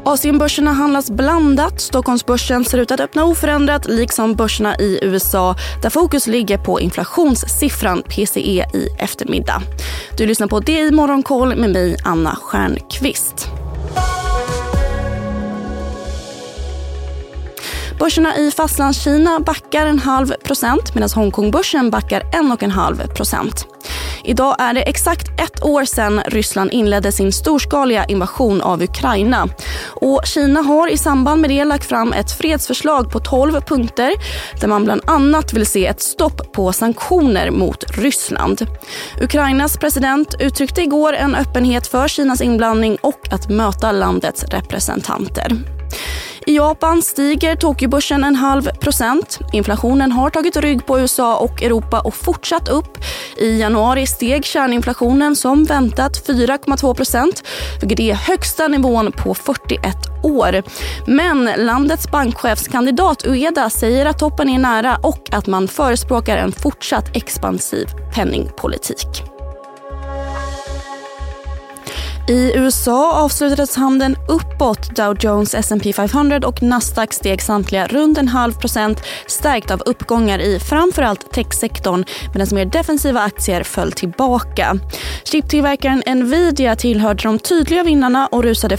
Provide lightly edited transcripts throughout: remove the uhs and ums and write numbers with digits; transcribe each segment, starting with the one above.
Asienbörserna handlas blandat. Stockholmsbörsen ser ut att öppna oförändrat, liksom börserna i USA, där fokus ligger på inflationssiffran PCE i eftermiddag. Du lyssnar på det i Morgonkoll med mig, Anna Stjernqvist. Börserna i fastlandskina backar 0,5% medan Hongkongbörsen backar 1,5%. Idag är det exakt ett år sedan Ryssland inledde sin storskaliga invasion av Ukraina. Och Kina har i samband med det lagt fram ett fredsförslag på 12 punkter där man bland annat vill se ett stopp på sanktioner mot Ryssland. Ukrainas president uttryckte igår en öppenhet för Kinas inblandning och att möta landets representanter. I Japan stiger Tokyobörsen 0,5%. Inflationen har tagit rygg på USA och Europa och fortsatt upp. I januari steg kärninflationen som väntat 4,2%, vilket är högsta nivån på 41 år. Men landets bankchefskandidat Ueda säger att toppen är nära och att man förespråkar en fortsatt expansiv penningpolitik. I USA avslutades handeln uppåt. Dow Jones, S&P 500 och Nasdaq steg samtliga runt 0,5%, stärkt av uppgångar i framförallt techsektorn, medan mer defensiva aktier föll tillbaka. Chiptillverkaren Nvidia tillhörde de tydliga vinnarna och rusade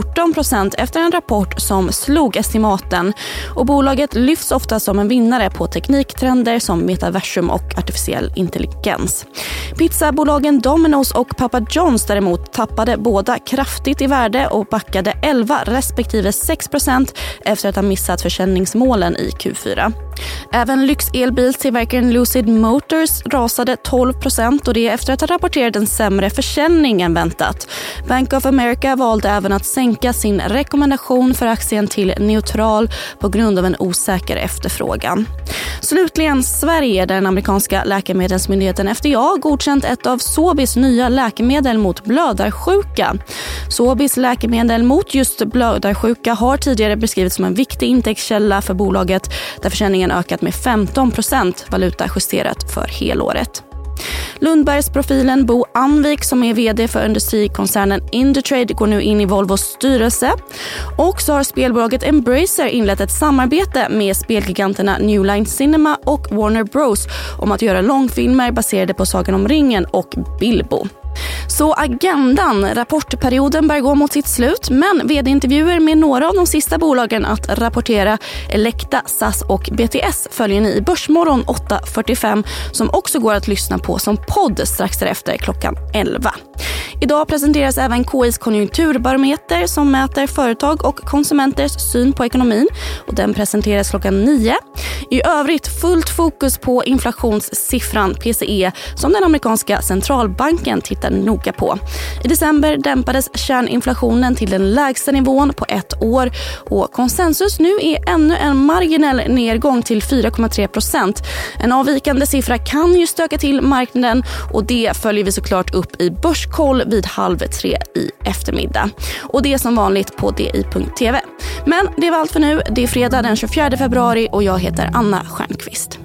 14% efter en rapport som slog estimaten. Och bolaget lyfts ofta som en vinnare på tekniktrender som metaversum och artificiell intelligens. Pizzabolagen Domino's och Papa John's däremot tappade båda kraftigt i värde och backade 11 respektive 6% efter att ha missat försäljningsmålen i Q4. Även lyxelbilstillverkaren Lucid Motors rasade 12% och det efter att ha rapporterat en sämre försäljning än väntat. Bank of America valde även att sänka sin rekommendation för aktien till neutral på grund av en osäker efterfrågan. Slutligen Sverige, där den amerikanska läkemedelsmyndigheten FDA godkänt ett av Sobis nya läkemedel mot blödarsjuka. Sobis läkemedel mot just blödarsjuka har tidigare beskrivits som en viktig intäktskälla för bolaget, där försäljningen ökat med 15%, valuta justerat för helåret. Lundbergsprofilen Bo Anvik, som är vd för industrikoncernen Indutrade, går nu in i Volvos styrelse. Och så har spelbolaget Embracer inlett ett samarbete med spelgiganterna New Line Cinema och Warner Bros om att göra långfilmer baserade på Sagan om ringen och Bilbo. Så agendan, rapportperioden bör gå mot sitt slut, men vd-intervjuer med några av de sista bolagen att rapportera, Elekta, SAS och BTS, följer ni i Börsmorgon 8.45, som också går att lyssna på som podd strax därefter klockan 11. Idag presenteras även KIs konjunkturbarometer som mäter företag och konsumenters syn på ekonomin, och den presenteras klockan 9. I övrigt fullt fokus på inflationssiffran PCE som den amerikanska centralbanken tittar noga på. I december dämpades kärninflationen till den lägsta nivån på ett år, och konsensus nu är ännu en marginell nedgång till 4,3%. En avvikande siffra kan ju stöka till marknaden, och det följer vi såklart upp i Börskoll vid 2:30 i eftermiddag. Och det är som vanligt på di.tv. Men det var allt för nu. Det är fredag den 24 februari och jag heter Anna Stjernqvist.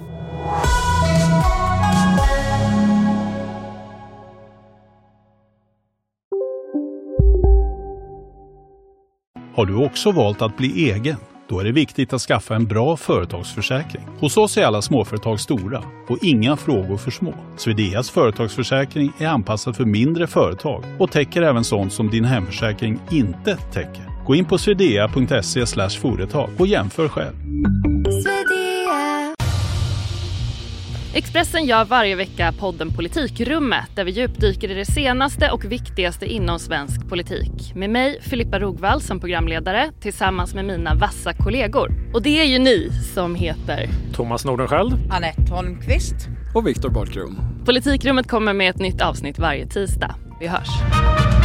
Har du också valt att bli egen? Då är det viktigt att skaffa en bra företagsförsäkring. Hos oss är alla småföretag stora och inga frågor för små. Swedeas företagsförsäkring är anpassad för mindre företag och täcker även sånt som din hemförsäkring inte täcker. Gå in på swedea.se/företag och jämför själv. Expressen gör varje vecka podden Politikrummet, där vi djupdyker i det senaste och viktigaste inom svensk politik. Med mig, Filippa Rogvall, som programledare, tillsammans med mina vassa kollegor. Och det är ju ni som heter Thomas Nordenskjöld, Anette Holmqvist och Viktor Bartkron. Politikrummet kommer med ett nytt avsnitt varje tisdag. Vi hörs.